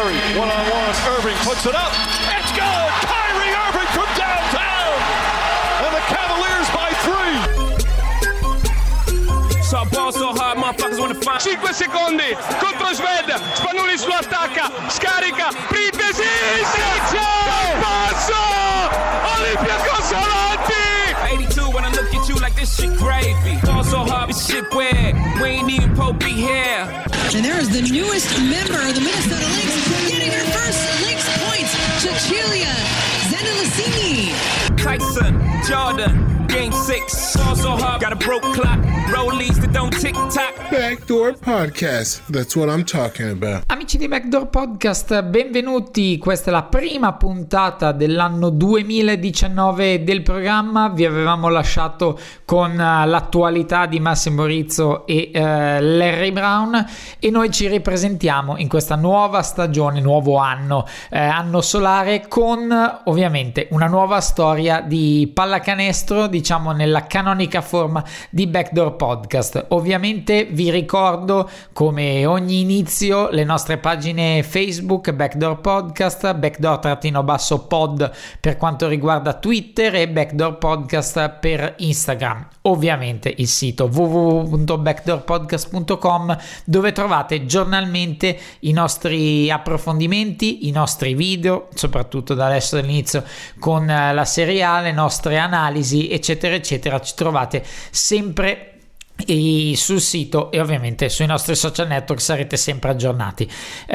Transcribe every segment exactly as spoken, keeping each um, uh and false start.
Curry, one-on-one, Irving puts it up, it's good! Kyrie Irving from downtown! And the Cavaliers by three! So ball so hard, motherfuckers wanna find. cinque secondi contro Sved, Spanulis lo attacca, scarica, Printesi, Sezio, passo, Olympiacos avanti! eighty-two when I look at you like this shit gravy. Ball so hard, this shit weird. We ain't even Pope be here. And there is the newest member of the Minnesota Lynx getting her first Lynx points, Cecilia Zendelicini. Tyson, Jordan, game six. Ball so hard, got a broke clock. Rollies that don't tick tock. Backdoor Podcast, that's what I'm talking about. Amici di Backdoor Podcast, benvenuti. Questa è la prima puntata dell'anno duemiladiciannove del programma. Vi avevamo lasciato con uh, l'attualità di Massimo Rizzo e uh, Larry Brown e noi ci ripresentiamo in questa nuova stagione, nuovo anno, eh, anno solare, con ovviamente una nuova storia di pallacanestro, diciamo nella canonica forma di Backdoor Podcast. Ovviamente vi ricordo, come ogni inizio, le nostre pagine Facebook Backdoor Podcast, Backdoor-pod per quanto riguarda Twitter e Backdoor Podcast per Instagram. Ovviamente il sito w w w punto backdoor podcast punto com, dove trovate giornalmente i nostri approfondimenti, i nostri video, soprattutto da adesso dall'inizio con la Serie A, le nostre analisi eccetera eccetera. Ci trovate sempre e sul sito e ovviamente sui nostri social network, sarete sempre aggiornati.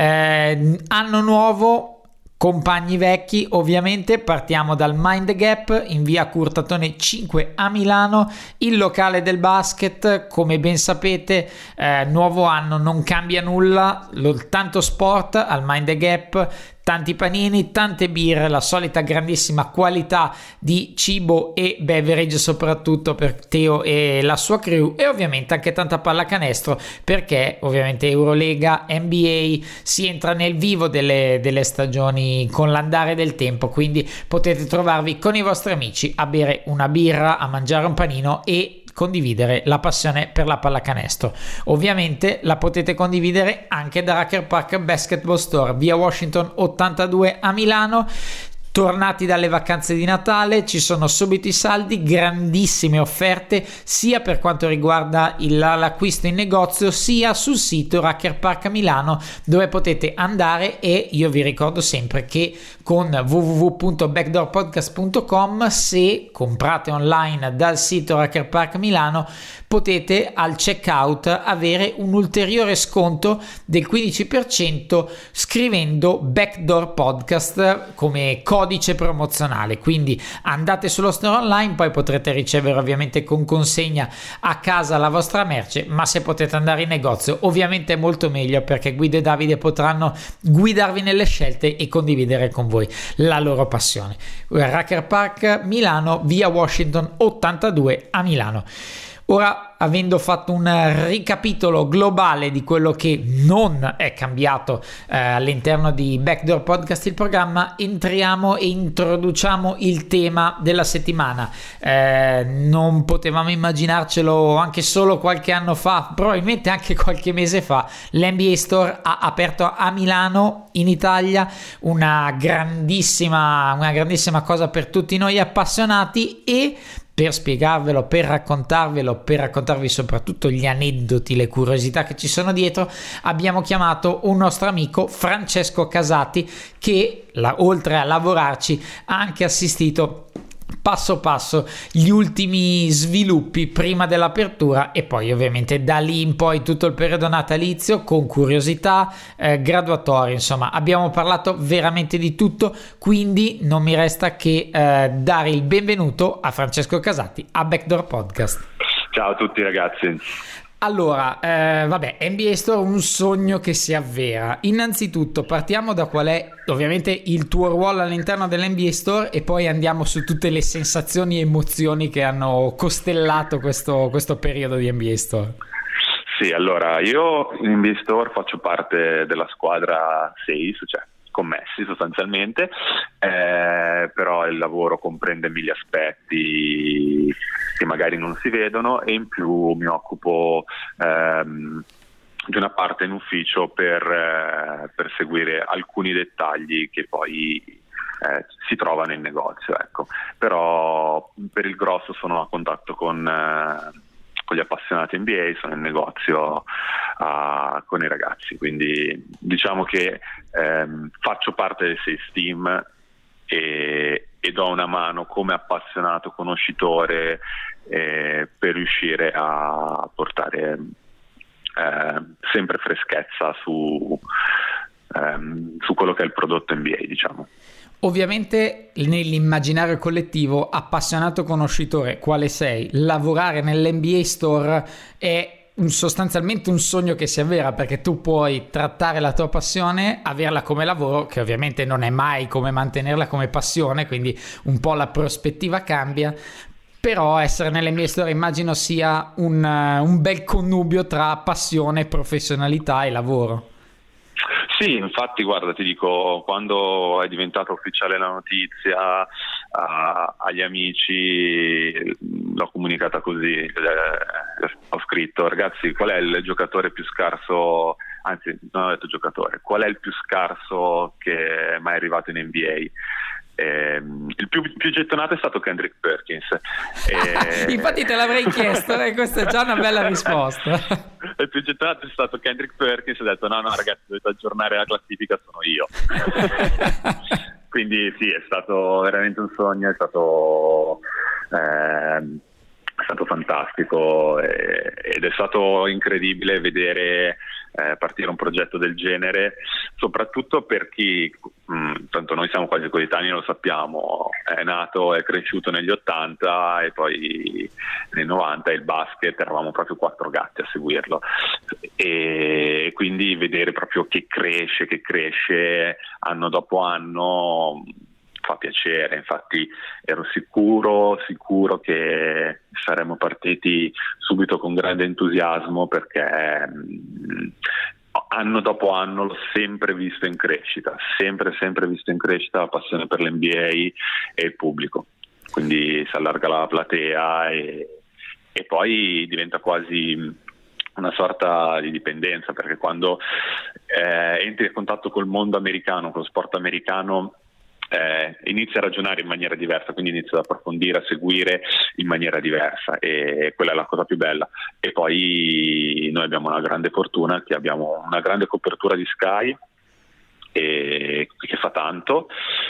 Eh, anno nuovo, compagni vecchi, ovviamente partiamo dal Mind Gap in via Curtatone cinque a Milano, il locale del basket. Come ben sapete, eh, nuovo anno, non cambia nulla, lo, tanto sport al Mind Gap, tanti panini, tante birre, la solita grandissima qualità di cibo e beverage, soprattutto per Teo e la sua crew, e ovviamente anche tanta pallacanestro, perché ovviamente Eurolega, N B A, si entra nel vivo delle, delle stagioni con l'andare del tempo, quindi potete trovarvi con i vostri amici a bere una birra, a mangiare un panino e condividere la passione per la pallacanestro. Ovviamente la potete condividere anche da Racker Park Basketball Store, via Washington ottantadue a Milano. Tornati dalle vacanze di Natale, ci sono subito i saldi, grandissime offerte sia per quanto riguarda il, l'acquisto in negozio sia sul sito Racker Park Milano, dove potete andare. E io vi ricordo sempre che con w w w punto backdoor podcast punto com, se comprate online dal sito Racker Park Milano, potete al checkout avere un ulteriore sconto del quindici per cento scrivendo Backdoor Podcast come codice promozionale. Quindi andate sullo store online, poi potrete ricevere ovviamente con consegna a casa la vostra merce, ma se potete andare in negozio ovviamente è molto meglio, perché Guido e Davide potranno guidarvi nelle scelte e condividere con voi la loro passione. Racker Park Milano, via Washington ottantadue a Milano. Ora, avendo fatto un ricapitolo globale di quello che non è cambiato eh, all'interno di Backdoor Podcast, il programma, entriamo e introduciamo il tema della settimana. Eh, non potevamo immaginarcelo anche solo qualche anno fa, probabilmente anche qualche mese fa. L'N B A Store ha aperto a Milano, in Italia, una grandissima, una grandissima cosa per tutti noi appassionati. E per spiegarvelo, per raccontarvelo, per raccontarvi soprattutto gli aneddoti, le curiosità che ci sono dietro, abbiamo chiamato un nostro amico, Francesco Casati, che la, oltre a lavorarci ha anche assistito passo passo gli ultimi sviluppi prima dell'apertura, e poi ovviamente da lì in poi tutto il periodo natalizio con curiosità, eh, graduatorie, insomma abbiamo parlato veramente di tutto. Quindi non mi resta che eh, dare il benvenuto a Francesco Casati a Backdoor Podcast. Ciao a tutti ragazzi. Allora, eh, vabbè, N B A Store, un sogno che si avvera. Innanzitutto partiamo da qual è ovviamente il tuo ruolo all'interno dell'N B A Store e poi andiamo su tutte le sensazioni e emozioni che hanno costellato questo, questo periodo di N B A Store. Sì, allora io in N B A Store faccio parte della squadra sei, cioè commessi sostanzialmente, eh, però il lavoro comprende mille aspetti che magari non si vedono, e in più mi occupo ehm, di una parte in ufficio per, eh, per seguire alcuni dettagli che poi eh, si trovano in negozio, ecco. Però per il grosso sono a contatto con, eh, con gli appassionati N B A, sono in negozio uh, con i ragazzi, quindi diciamo che ehm, faccio parte del sales team e, e do una mano come appassionato conoscitore eh, per riuscire a portare eh, sempre freschezza su, ehm, su quello che è il prodotto N B A, diciamo. Ovviamente nell'immaginario collettivo, appassionato conoscitore quale sei, lavorare nell'N B A Store è un, sostanzialmente un sogno che si avvera, perché tu puoi trattare la tua passione, averla come lavoro, che ovviamente non è mai come mantenerla come passione, quindi un po' la prospettiva cambia. Però essere nell'N B A Store immagino sia un, un bel connubio tra passione, professionalità e lavoro. Sì, infatti guarda, ti dico, quando è diventata ufficiale la notizia a, agli amici l'ho comunicata così, eh, ho scritto: ragazzi, qual è il giocatore più scarso, anzi non ho detto giocatore, qual è il più scarso che è mai arrivato in N B A? Eh, il più, più gettonato è stato Kendrick Perkins. Eh, infatti te l'avrei chiesto, e eh, questa è già una bella risposta. Il più gettonato è stato Kendrick Perkins, ho detto no no ragazzi, dovete aggiornare la classifica, sono io. Quindi sì, è stato veramente un sogno, è stato eh, è stato fantastico e, ed è stato incredibile vedere eh, partire un progetto del genere, soprattutto per chi, mh, tanto noi siamo quasi coetanei, lo sappiamo, è nato, è cresciuto negli ottanta e poi nei novanta il basket, eravamo proprio quattro gatti a seguirlo, e quindi vedere proprio che cresce, che cresce anno dopo anno fa piacere. Infatti ero sicuro, sicuro che saremmo partiti subito con grande entusiasmo, perché mh, anno dopo anno l'ho sempre visto in crescita, sempre sempre visto in crescita la passione per l'N B A e il pubblico, quindi si allarga la platea e, e poi diventa quasi una sorta di dipendenza, perché quando eh, entri in contatto col mondo americano, con lo sport americano, Eh, inizia a ragionare in maniera diversa, quindi inizia ad approfondire, a seguire in maniera diversa, e quella è la cosa più bella. E poi noi abbiamo una grande fortuna, che abbiamo una grande copertura di Sky e che fa tanto,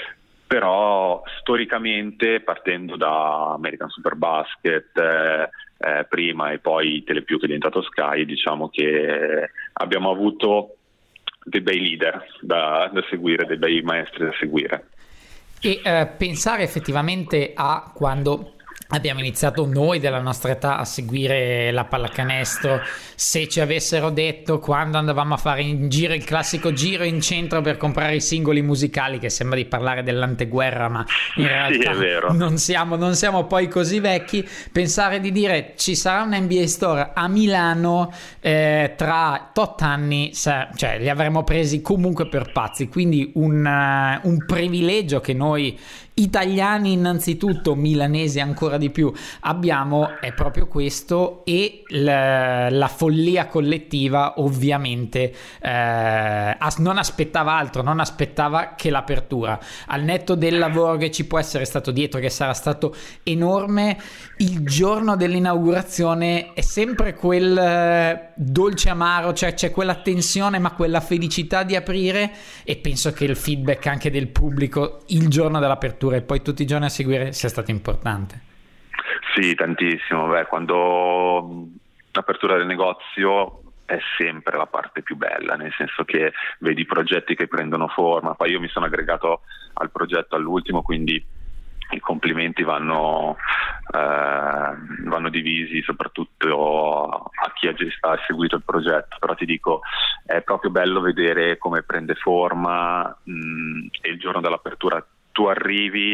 però storicamente, partendo da American Superbasket eh, eh, prima e poi Telepiù che è diventato Sky, diciamo che abbiamo avuto dei bei leader da, da seguire, dei bei maestri da seguire. E eh, pensare effettivamente a quando abbiamo iniziato noi della nostra età a seguire la pallacanestro, se ci avessero detto quando andavamo a fare in giro il classico giro in centro per comprare i singoli musicali, che sembra di parlare dell'anteguerra, ma in realtà sì, non siamo, non siamo poi così vecchi, pensare di dire ci sarà un N B A Store a Milano eh, tra tot anni, cioè li avremmo presi comunque per pazzi. Quindi un, uh, un privilegio che noi italiani innanzitutto, milanesi ancora di più, abbiamo, è proprio questo, e la, la follia collettiva ovviamente eh, non aspettava altro, non aspettava che l'apertura, al netto del lavoro che ci può essere stato dietro, che sarà stato enorme. Il giorno dell'inaugurazione è sempre quel eh, dolce amaro, cioè c'è quella tensione ma quella felicità di aprire, e penso che il feedback anche del pubblico il giorno dell'apertura e poi tutti i giorni a seguire sia stato importante. Sì, tantissimo. Beh, quando l'apertura del negozio è sempre la parte più bella, nel senso che vedi i progetti che prendono forma. Poi io mi sono aggregato al progetto all'ultimo, quindi i complimenti vanno, eh, vanno divisi soprattutto a chi ha, gest- ha seguito il progetto, però ti dico, è proprio bello vedere come prende forma mh, e il giorno dell'apertura tu arrivi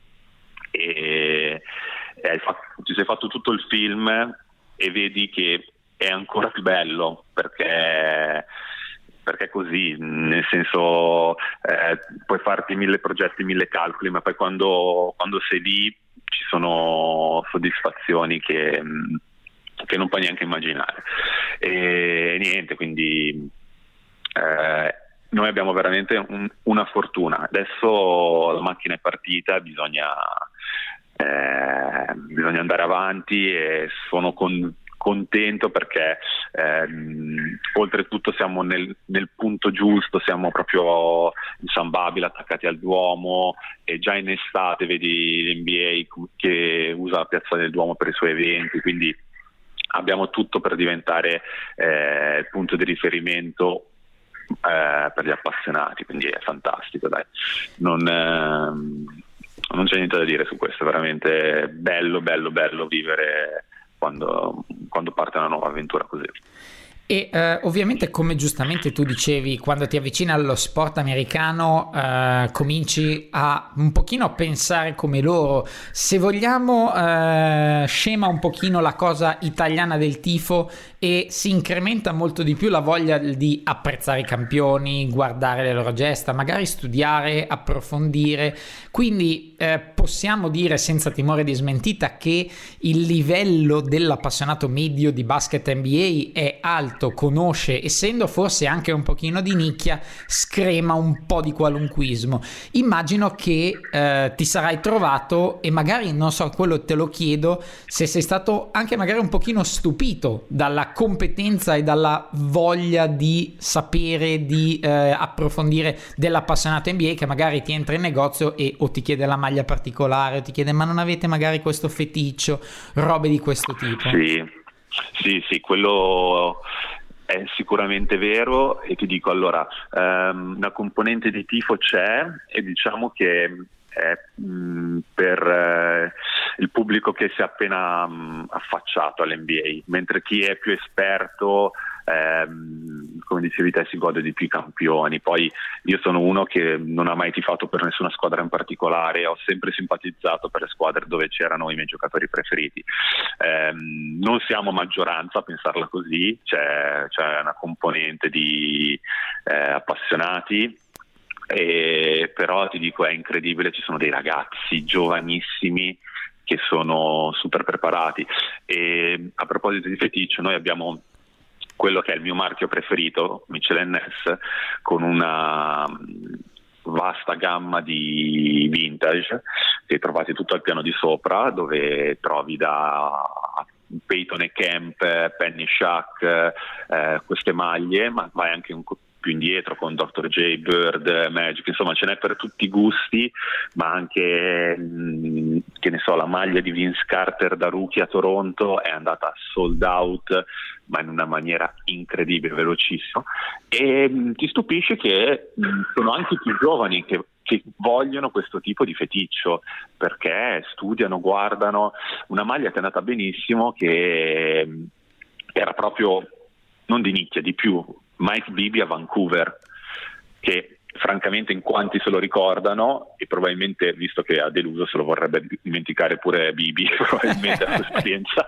e, e hai fatto, ti sei fatto tutto il film e vedi che è ancora più bello, perché perché è così, nel senso eh, puoi farti mille progetti, mille calcoli, ma poi quando, quando sei lì ci sono soddisfazioni che, che non puoi neanche immaginare. E niente, quindi eh, noi abbiamo veramente un, una fortuna. Adesso la macchina è partita, bisogna, eh, bisogna andare avanti, e sono con, contento perché ehm, oltretutto siamo nel, nel punto giusto, siamo proprio in San Babila, attaccati al Duomo, e già in estate vedi l'N B A che usa la piazza del Duomo per i suoi eventi, quindi abbiamo tutto per diventare eh, il punto di riferimento eh, per gli appassionati, quindi è fantastico, dai. Non, eh, non c'è niente da dire su questo, è veramente bello, bello, bello vivere quando, quando parte una nuova avventura così. E eh, ovviamente, come giustamente tu dicevi, quando ti avvicini allo sport americano eh, cominci a un pochino a pensare come loro. Se vogliamo eh, scema un pochino la cosa italiana del tifo e si incrementa molto di più la voglia di apprezzare i campioni, guardare le loro gesta, magari studiare, approfondire. Quindi eh, possiamo dire senza timore di smentita che il livello dell'appassionato medio di basket N B A è alto, conosce, essendo forse anche un pochino di nicchia, screma un po' di qualunquismo. Immagino che eh, ti sarai trovato, e magari, non so, quello te lo chiedo, se sei stato anche magari un pochino stupito dalla competenza e dalla voglia di sapere, di eh, approfondire dell'appassionato N B A che magari ti entra in negozio e o ti chiede la maglia particolare o ti chiede ma non avete magari questo feticcio, robe di questo tipo. Sì, sì, sì, quello è sicuramente vero, e ti dico, allora, um, una componente di tifo c'è, e diciamo che è mh, per eh, il pubblico che si è appena mh, affacciato all'N B A, mentre chi è più esperto, ehm, come dicevi te, si gode di più i campioni. Poi io sono uno che non ha mai tifato per nessuna squadra in particolare, ho sempre simpatizzato per le squadre dove c'erano i miei giocatori preferiti. Ehm, non siamo maggioranza a pensarla così, c'è, c'è una componente di eh, appassionati. E però ti dico, è incredibile, ci sono dei ragazzi giovanissimi che sono super preparati. E a proposito di feticcio, noi abbiamo quello che è il mio marchio preferito, Mitchell and Ness, con una vasta gamma di vintage che trovate tutto al piano di sopra, dove trovi da Peyton e Kemp, Penny Shack, eh, queste maglie, ma vai anche un più indietro con doctor J, Bird, Magic, insomma ce n'è per tutti i gusti, ma anche mh, che ne so, la maglia di Vince Carter da rookie a Toronto è andata sold out, ma in una maniera incredibile, velocissima, e mh, ti stupisce che mh, sono anche i più giovani che che vogliono questo tipo di feticcio, perché studiano, guardano. Una maglia che è andata benissimo, che era proprio non di nicchia, di più, Mike Bibby a Vancouver, che francamente in quanti se lo ricordano, e probabilmente, visto che ha deluso, se lo vorrebbe dimenticare pure Bibby probabilmente la sua esperienza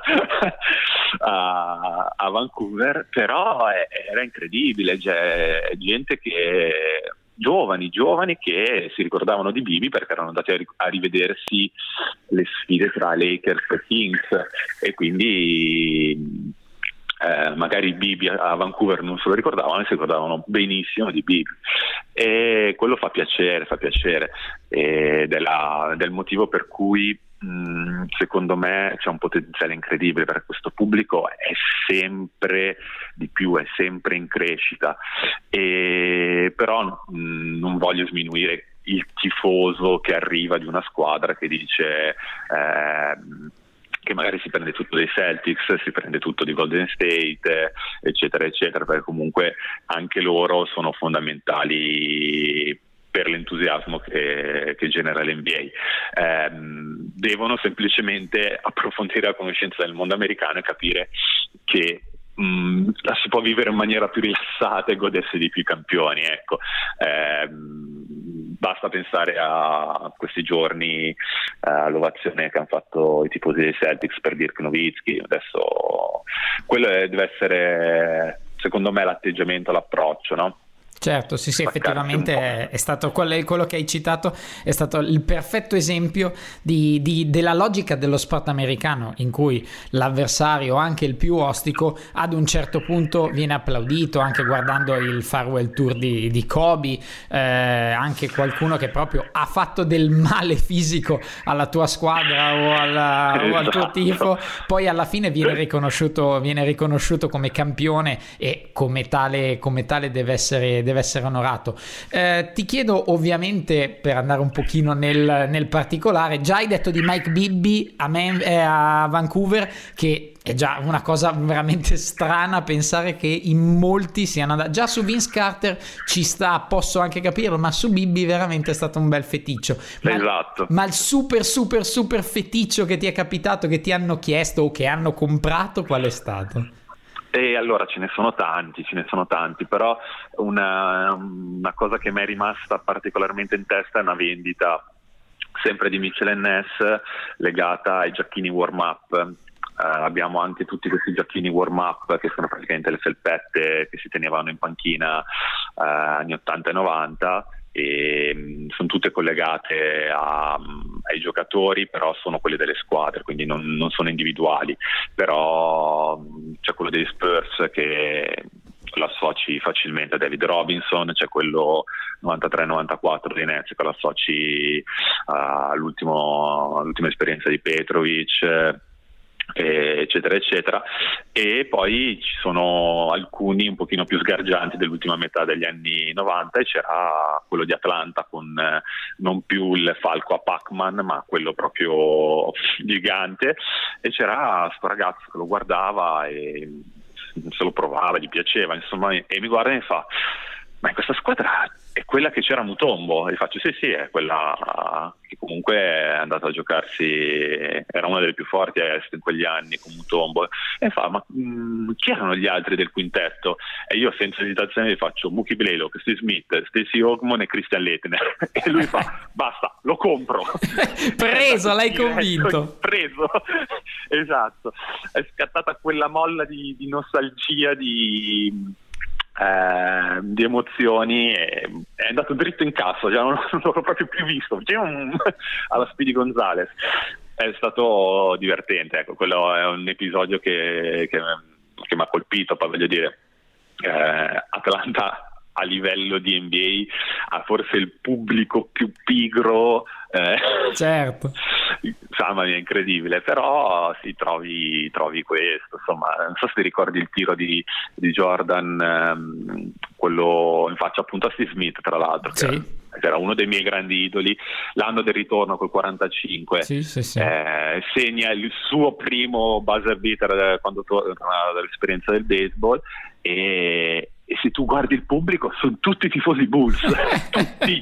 a, a Vancouver, però è, era incredibile, c'è gente che giovani, giovani che si ricordavano di Bibby perché erano andati a, ri- a rivedersi le sfide tra Lakers e Kings, e quindi eh, magari Bibby a Vancouver non se lo ricordavano, si ricordavano benissimo di Bibby, e quello fa piacere, fa piacere, ed è la, del motivo per cui mh, secondo me c'è un potenziale incredibile, perché questo pubblico è sempre di più, è sempre in crescita, e però mh, non voglio sminuire il tifoso che arriva di una squadra che dice eh, che magari si prende tutto dei Celtics, si prende tutto di Golden State, eccetera eccetera, perché comunque anche loro sono fondamentali per l'entusiasmo che, che genera l'N B A. Eh, devono semplicemente approfondire la conoscenza del mondo americano e capire che mh, la si può vivere in maniera più rilassata e godersi di più i campioni, ecco. Eh, basta pensare a questi giorni, all'ovazione che hanno fatto i tifosi dei Celtics per Dirk Nowitzki. Adesso quello è, deve essere, secondo me, l'atteggiamento, l'approccio, no? Certo, sì, sì, effettivamente è, è stato quello, quello che hai citato è stato il perfetto esempio di, di, della logica dello sport americano, in cui l'avversario, anche il più ostico, ad un certo punto viene applaudito, anche guardando il farewell tour di, di Kobe, eh, anche qualcuno che proprio ha fatto del male fisico alla tua squadra o, alla, o al tuo tifo, poi alla fine viene riconosciuto, viene riconosciuto come campione e come tale, come tale deve essere deve essere onorato. Eh, ti chiedo, ovviamente, per andare un pochino nel, nel particolare, già hai detto di Mike Bibby a, Man- eh, a Vancouver, che è già una cosa veramente strana pensare che in molti siano andati. Già su Vince Carter ci sta, posso anche capirlo, ma su Bibby veramente è stato un bel feticcio. Ma, esatto. Ma il super super super feticcio che ti è capitato, che ti hanno chiesto o che hanno comprato, qual è stato? E allora ce ne sono tanti, ce ne sono tanti, però una, una cosa che mi è rimasta particolarmente in testa è una vendita sempre di Mitchell and Ness legata ai giacchini warm-up. Uh, abbiamo anche tutti questi giacchini warm-up che sono praticamente le felpette che si tenevano in panchina uh, anni ottanta e novanta, e mh, sono tutte collegate a, mh, ai giocatori, però sono quelle delle squadre, quindi non, non sono individuali. Però mh, c'è quello degli Spurs che lo associ facilmente a David Robinson, c'è quello novantatré novantaquattro dei Nets che lo associ uh, all'ultimo, all'ultima esperienza di Petrovic, eccetera eccetera. E poi ci sono alcuni un pochino più sgargianti dell'ultima metà degli anni novanta, e c'era quello di Atlanta con eh, non più il falco a Pac-Man, ma quello proprio gigante, e c'era sto ragazzo che lo guardava e se lo provava, gli piaceva, insomma, e mi guarda e mi fa: ma in questa squadra è quella che c'era a Mutombo? E gli faccio: sì sì, è quella che comunque è andata a giocarsi, era una delle più forti a est in quegli anni con Mutombo. E fa: ma mh, chi erano gli altri del quintetto? E io senza esitazione gli faccio: Mookie Blaylock, Steve Smith, Stacey Ogmon e Christian Laettner. E lui fa: basta, lo compro. Preso, l'hai convinto. Preso, esatto. È scattata quella molla di, di nostalgia, di Eh, di emozioni, e è andato dritto in cassa, già non, non l'ho proprio più visto alla Speedy Gonzales. È stato divertente, ecco, quello è un episodio che, che, che mi ha colpito. Poi voglio dire, eh, Atlanta a livello di N B A ha forse il pubblico più pigro, eh, certo, insomma è incredibile, però si sì, trovi, trovi questo, insomma. Non so se ti ricordi il tiro di, di Jordan, ehm, quello in faccia appunto a Steve Smith, tra l'altro, sì, che, era, che era uno dei miei grandi idoli, l'anno del ritorno col quarantacinque, sì, sì, sì. Eh, segna il suo primo buzzer beater quando torna dall'esperienza del baseball, e e se tu guardi il pubblico sono tutti tifosi Bulls, tutti.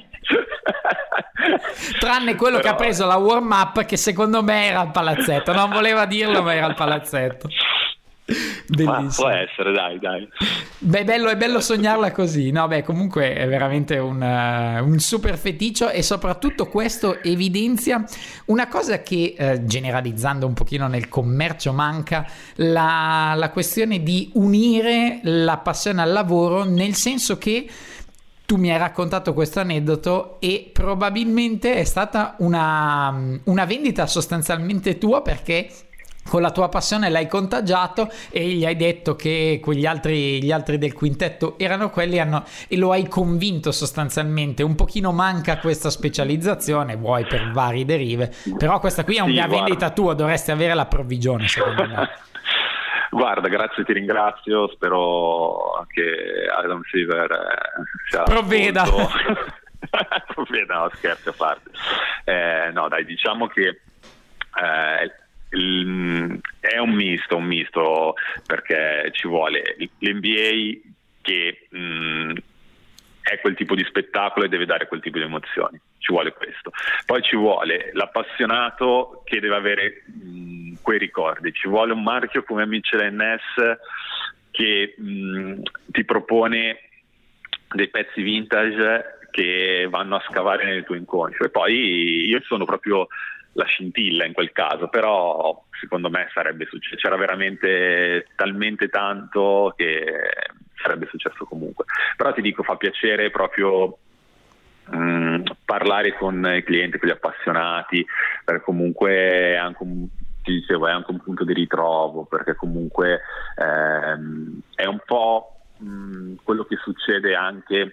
Tranne quello Però... che ha preso la warm up, che secondo me era al palazzetto, non voleva dirlo ma era al palazzetto. Bellissimo. Ma può essere, dai, dai. Beh, bello, è bello sognarla così. No, beh, comunque è veramente un, uh, un super feticcio, e soprattutto questo evidenzia una cosa che, uh, generalizzando un pochino nel commercio, manca, la, la questione di unire la passione al lavoro, nel senso che tu mi hai raccontato questo aneddoto e probabilmente è stata una, una vendita sostanzialmente tua, perché con la tua passione l'hai contagiato e gli hai detto che quegli altri, gli altri del quintetto erano quelli, hanno, e lo hai convinto sostanzialmente. Un pochino manca questa specializzazione, vuoi per varie derive, però questa qui è una sì, vendita tua, dovresti avere la provvigione, secondo me. Guarda, grazie, ti ringrazio, spero che Adam Silver sia provveda. Provveda, no, scherzi a parte. Eh, no, dai, diciamo che eh, il, è un misto, un misto, perché ci vuole l'N B A che mh, è quel tipo di spettacolo e deve dare quel tipo di emozioni, ci vuole questo. Poi ci vuole l'appassionato che deve avere mh, quei ricordi, ci vuole un marchio come Mitchell and Ness che mh, ti propone dei pezzi vintage che vanno a scavare nel tuo inconscio, e poi io sono proprio la scintilla in quel caso, però secondo me sarebbe successo, c'era veramente talmente tanto che sarebbe successo comunque. Però ti dico, fa piacere proprio mh, parlare con i clienti, con gli appassionati, perché comunque è anche un, ti dicevo, è anche un punto di ritrovo, perché comunque ehm, è un po' mh, quello che succede anche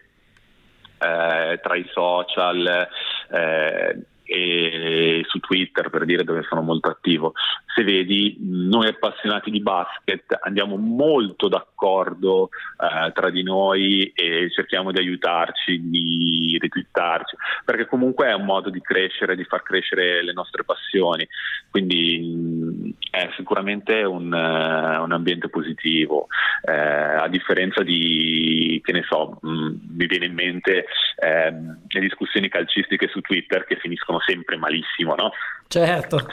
eh, tra i social eh, e su Twitter, per dire, dove sono molto attivo. Se vedi, noi appassionati di basket andiamo molto d'accordo eh, tra di noi e cerchiamo di aiutarci, di ritwittarci, perché comunque è un modo di crescere, di far crescere le nostre passioni, quindi mh, è sicuramente un, uh, un ambiente positivo, eh, a differenza di, che ne so, mh, mi viene in mente eh, le discussioni calcistiche su Twitter che finiscono sempre malissimo, no? Certo.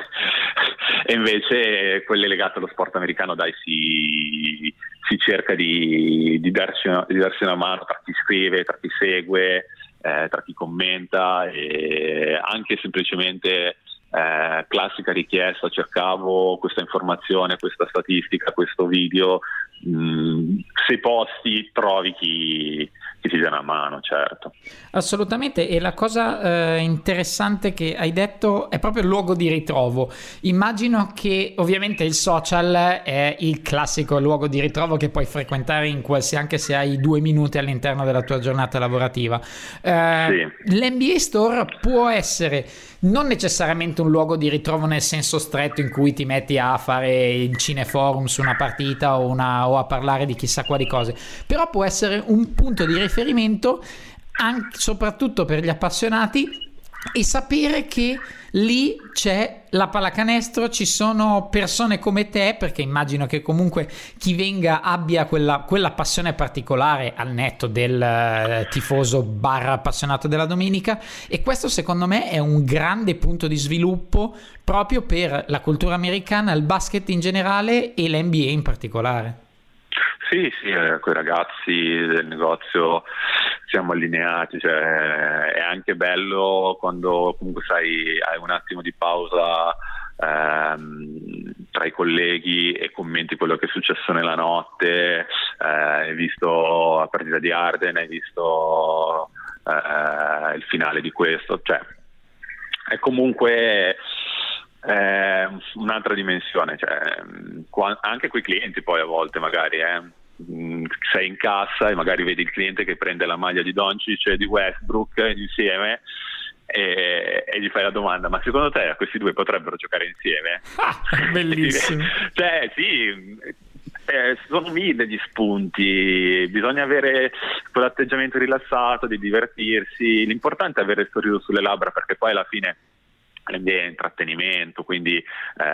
E invece quelle legate allo sport americano, dai, si, si cerca di, di, darci una, di darsi una mano tra chi scrive, tra chi segue, eh, tra chi commenta, e anche semplicemente eh, classica richiesta: cercavo questa informazione, questa statistica, questo video, mh, se posti trovi chi, chi ti dà una mano, certo. Assolutamente, e la cosa eh, interessante che hai detto è proprio il luogo di ritrovo. Immagino che ovviamente il social è il classico luogo di ritrovo che puoi frequentare in qualsiasi, anche se hai due minuti all'interno della tua giornata lavorativa. Eh, sì. L'N B A Store può essere non necessariamente un luogo di ritrovo nel senso stretto in cui ti metti a fare il cineforum su una partita o, una, o a parlare di chissà quali cose, però può essere un punto di riferimento anche, soprattutto per gli appassionati, e sapere che lì c'è la pallacanestro, ci sono persone come te, perché immagino che comunque chi venga abbia quella, quella passione particolare al netto del uh, tifoso barra appassionato della domenica, e questo secondo me è un grande punto di sviluppo proprio per la cultura americana, il basket in generale e l'N B A in particolare. Sì, sì, eh, con i ragazzi del negozio siamo allineati, cioè è anche bello quando comunque sai, hai un attimo di pausa ehm, tra i colleghi e commenti quello che è successo nella notte, eh, hai visto la partita di Harden, hai visto eh, il finale di questo, cioè è comunque eh, un'altra dimensione, cioè, qua, anche coi clienti poi a volte magari eh, sei in cassa e magari vedi il cliente che prende la maglia di Doncic e di Westbrook insieme e, e gli fai la domanda: ma secondo te questi due potrebbero giocare insieme? Ah, bellissimo. Cioè sì, eh, sono mille gli spunti, bisogna avere quell'atteggiamento rilassato di divertirsi, l'importante è avere il sorriso sulle labbra, perché poi alla fine l'N B A è intrattenimento, quindi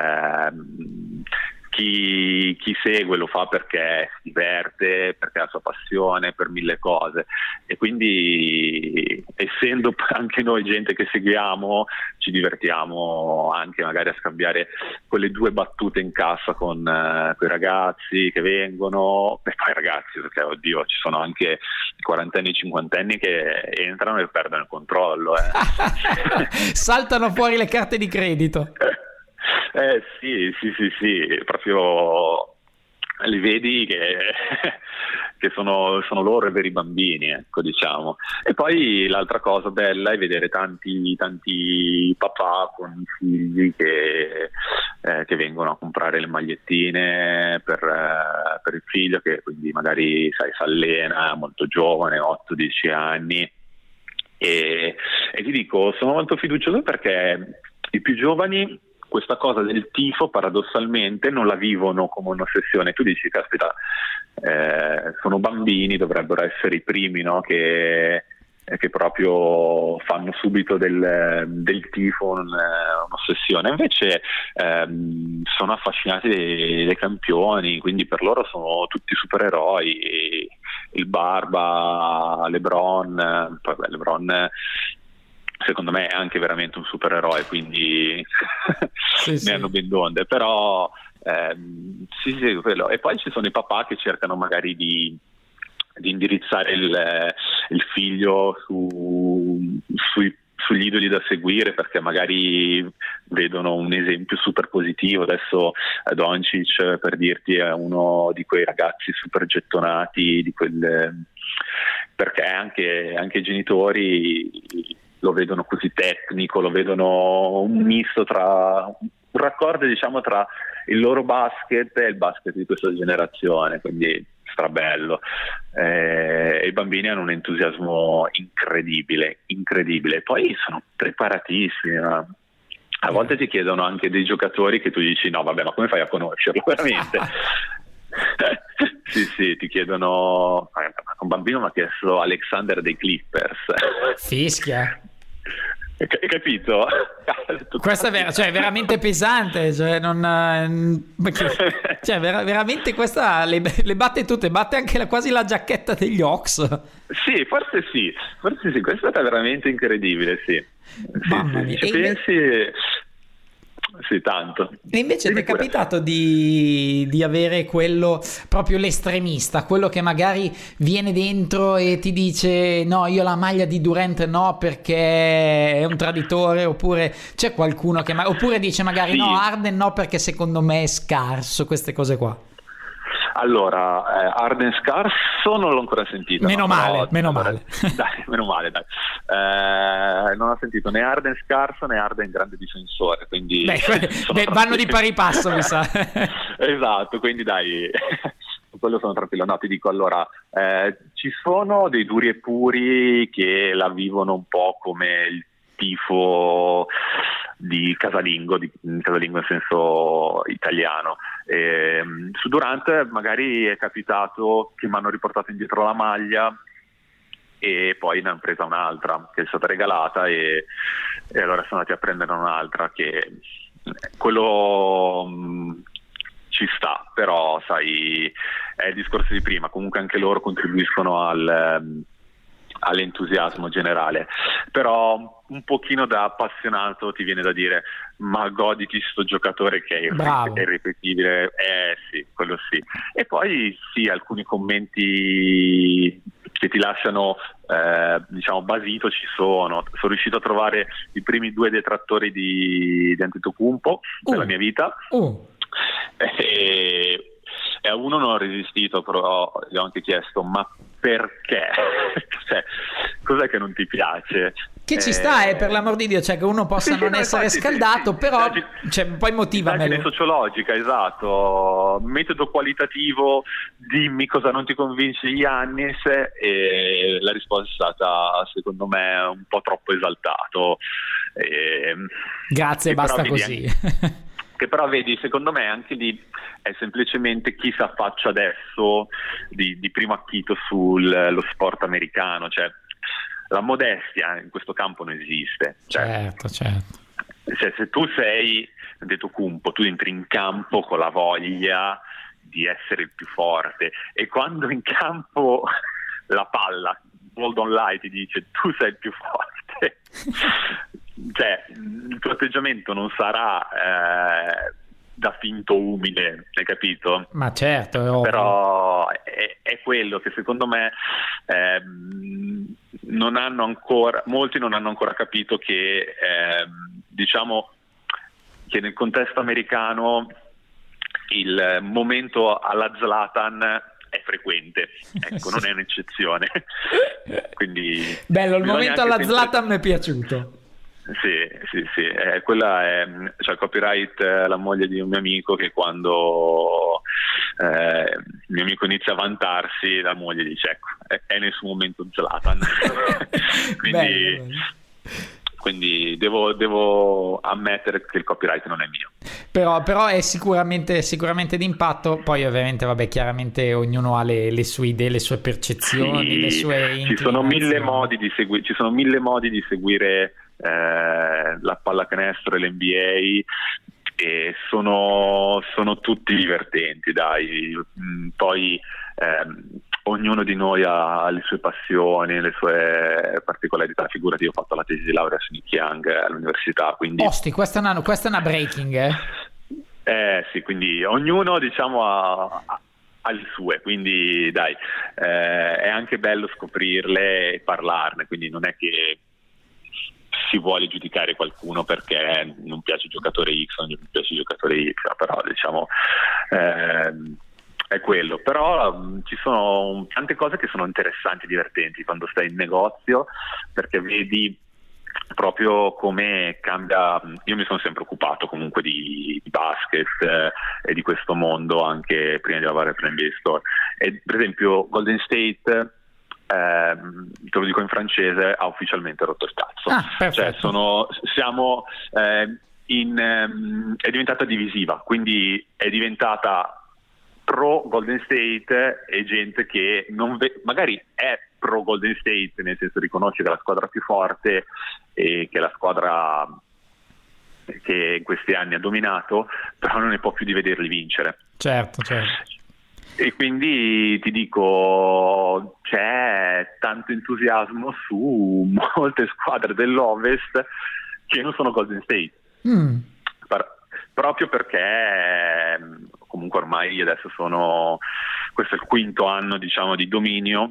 ehm, Chi, chi segue lo fa perché si diverte, perché ha la sua passione per mille cose, e quindi essendo anche noi gente che seguiamo ci divertiamo anche magari a scambiare quelle due battute in cassa con, eh, con i ragazzi che vengono, e poi ragazzi, perché oddio ci sono anche i quarantenni e i cinquantenni che entrano e perdono il controllo eh. Saltano fuori le carte di credito. Eh sì, sì, sì, sì, proprio li vedi che, che sono, sono loro i veri bambini, ecco, diciamo. E poi l'altra cosa bella è vedere tanti, tanti papà con i figli che, eh, che vengono a comprare le magliettine per, eh, per il figlio, che quindi magari sai, si allena, molto giovane, otto dieci anni, e, e ti dico, sono molto fiducioso perché i più giovani questa cosa del tifo paradossalmente non la vivono come un'ossessione. Tu dici, caspita, eh, sono bambini, dovrebbero essere i primi, no? che, che proprio fanno subito del, del tifo un, un'ossessione, invece ehm, sono affascinati dei, dei campioni, quindi per loro sono tutti supereroi, il Barba, LeBron, poi beh, LeBron secondo me è anche veramente un supereroe, quindi sì, ne sì. hanno ben donde, però ehm, sì, sì, quello. E poi ci sono i papà che cercano magari di, di indirizzare il, il figlio su, sui, sugli idoli da seguire, perché magari vedono un esempio super positivo. Adesso Doncic, per dirti, è uno di quei ragazzi super gettonati, di quelle, perché anche, anche i genitori lo vedono così tecnico, lo vedono un misto tra un raccordo, diciamo, tra il loro basket e il basket di questa generazione, quindi strabello. Eh, i bambini hanno un entusiasmo incredibile, incredibile. Poi sono preparatissimi. No? A volte ti chiedono anche dei giocatori che tu dici no vabbè, ma come fai a conoscerlo veramente? Sì, sì, ti chiedono. Un bambino mi ha chiesto Alexander dei Clippers. Fischia. Hai capito? Questo è ver- cioè, veramente pesante, cioè, non, cioè ver- veramente questa le, le batte tutte, batte anche la, quasi la giacchetta degli Hawks. Sì, forse sì, forse sì, questa è stata veramente incredibile, sì. Mamma mia. Sì, sì. E pensi... inve- Sì, tanto. E invece ti è capitato di, di avere quello, proprio l'estremista, quello che magari viene dentro e ti dice no, io la maglia di Durant no perché è un traditore, oppure c'è qualcuno che ma- oppure dice magari sì. no, Harden no perché secondo me è scarso, queste cose qua. Allora, eh, Harden scarso non l'ho ancora sentito. Meno no, male, no, meno no, male. Dai, meno male, dai. Eh, non ho sentito né Harden scarso né Harden grande difensore, quindi Beh, beh, vanno di pari passo, mi sa. Esatto, quindi dai, quello sono tranquillo. No, ti dico, allora, eh, ci sono dei duri e puri che la vivono un po' come il tifo di casalingo, di casalingo in senso italiano. E, su Durant magari è capitato che mi hanno riportato indietro la maglia e poi ne hanno presa un'altra che è stata regalata e, e allora sono andati a prendere un'altra, che quello mh, ci sta, però sai, è il discorso di prima, comunque anche loro contribuiscono al um, all'entusiasmo generale, però un pochino da appassionato ti viene da dire ma goditi sto giocatore che è, irri- è irripetibile. Eh sì, quello sì. E poi sì, alcuni commenti che ti lasciano eh, diciamo basito ci sono. Sono riuscito a trovare i primi due detrattori di, di Antetokounmpo uh. nella mia vita uh. e, e a uno non ho resistito, però gli ho anche chiesto ma perché? Cioè, cos'è che non ti piace? Che ci sta, eh, per l'amor di Dio, cioè che uno possa sì, non sì, essere infatti, scaldato, sì, però sì. Cioè, poi motivamelo. Indagine sociologica, esatto, metodo qualitativo, dimmi cosa non ti convince Giannis, e la risposta è stata secondo me un po' troppo esaltato. E, Grazie, basta così. Anche, che però vedi, secondo me anche lì è semplicemente chi si affaccia adesso di, di primo acchito sullo sport americano, cioè la modestia in questo campo non esiste. Cioè, certo, certo. Cioè, se tu sei Antetokounmpo, tu entri in campo con la voglia di essere il più forte, e quando in campo la palla, ball don't lie, ti dice tu sei il più forte, cioè il tuo atteggiamento non sarà eh, da finto umile, hai capito? Ma certo, è ovvio. Però è, è quello che secondo me ehm, non hanno ancora, molti non hanno ancora capito che ehm, diciamo che nel contesto americano il momento alla Zlatan è frequente, ecco, non è un'eccezione. Quindi bello, il momento alla sempre... Zlatan mi è piaciuto. Sì, sì, sì, eh, quella è, cioè copyright, eh, la moglie di un mio amico che quando eh, il mio amico inizia a vantarsi, la moglie dice ecco, è, è nel suo momento Zlatan. Quindi, bello, bello. quindi devo, devo ammettere che il copyright non è mio. Però, però è sicuramente, sicuramente d'impatto. Poi ovviamente, vabbè, chiaramente ognuno ha le, le sue idee, le sue percezioni, sì, le sue ci sono mille modi di segui- ci sono mille modi di seguire eh, la pallacanestro e l'N B A, e sono, sono tutti divertenti, dai. Poi ehm, ognuno di noi ha le sue passioni, le sue particolarità. Figurati, io ho fatto la tesi di laurea su Nick Young all'università, quindi Osti, questa è una, questa è una breaking, eh? Eh sì, quindi ognuno diciamo ha, ha le sue, quindi dai, eh, è anche bello scoprirle e parlarne, quindi non è che si vuole giudicare qualcuno perché non piace il giocatore X, non piace il giocatore Y, però diciamo ehm, è quello. Però mh, ci sono tante cose che sono interessanti e divertenti quando stai in negozio, perché vedi proprio come cambia. Io mi sono sempre occupato comunque di, di basket eh, e di questo mondo anche prima di lavorare per N B A Store, e per esempio Golden State, eh, te lo dico in francese, ha ufficialmente rotto il cazzo. Ah, cioè sono siamo eh, in, ehm, è diventata divisiva, quindi è diventata pro Golden State e gente che non ve- magari è pro Golden State, nel senso riconosce che è la squadra più forte e che è la squadra che in questi anni ha dominato, però non ne può più di vederli vincere. Certo, certo. E quindi ti dico, c'è tanto entusiasmo su molte squadre dell'Ovest che non sono Golden State. Mm. Per- proprio perché comunque ormai adesso sono, questo è il quinto anno diciamo di dominio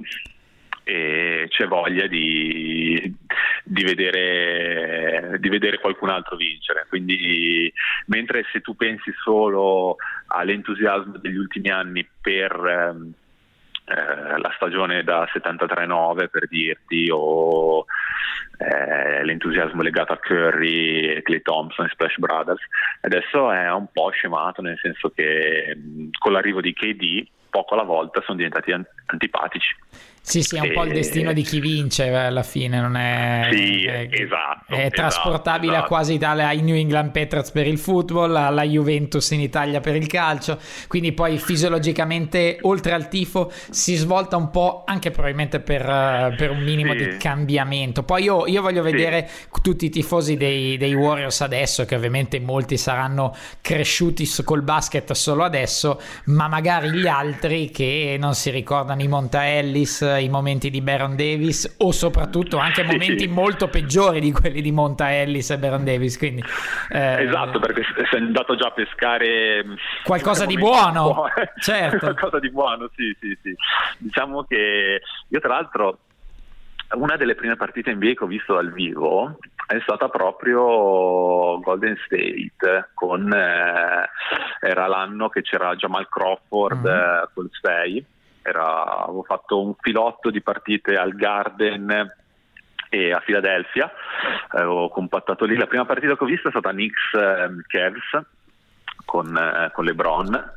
e c'è voglia di, di vedere di vedere qualcun altro vincere. Quindi mentre se tu pensi solo all'entusiasmo degli ultimi anni per ehm, eh, la stagione da settantatré nove per dirti, o eh, l'entusiasmo legato a Curry, Klay Thompson e Splash Brothers, adesso è un po' scemato, nel senso che mh, con l'arrivo di K D poco alla volta sono diventati an- antipatici. Sì, sì, è un e... po' il destino di chi vince alla fine, non è... Sì, è, esatto. È trasportabile esatto, a quasi Italia, ai New England Patriots per il football, alla Juventus in Italia per il calcio, quindi poi fisiologicamente, oltre al tifo, si svolta un po' anche probabilmente per, per un minimo sì. di cambiamento. Poi io, io voglio vedere sì. tutti i tifosi dei, dei Warriors adesso, che ovviamente molti saranno cresciuti col basket solo adesso, ma magari gli altri che non si ricordano i Monta Ellis, i momenti di Baron Davis, o soprattutto anche momenti sì. molto peggiori di quelli di Monta Ellis e Baron Davis, quindi eh, esatto, perché sei andato già a pescare qualcosa di buono, buono. Certo. Qualcosa di buono, sì, sì, sì. Diciamo che io tra l'altro una delle prime partite N B A che ho visto dal vivo è stata proprio Golden State, con eh, era l'anno che c'era Jamal Crawford mm. eh, col sei. Era, avevo fatto un filotto di partite al Garden e a Philadelphia, avevo compattato lì. La prima partita che ho visto è stata Knicks eh, Cavs con, eh, con LeBron,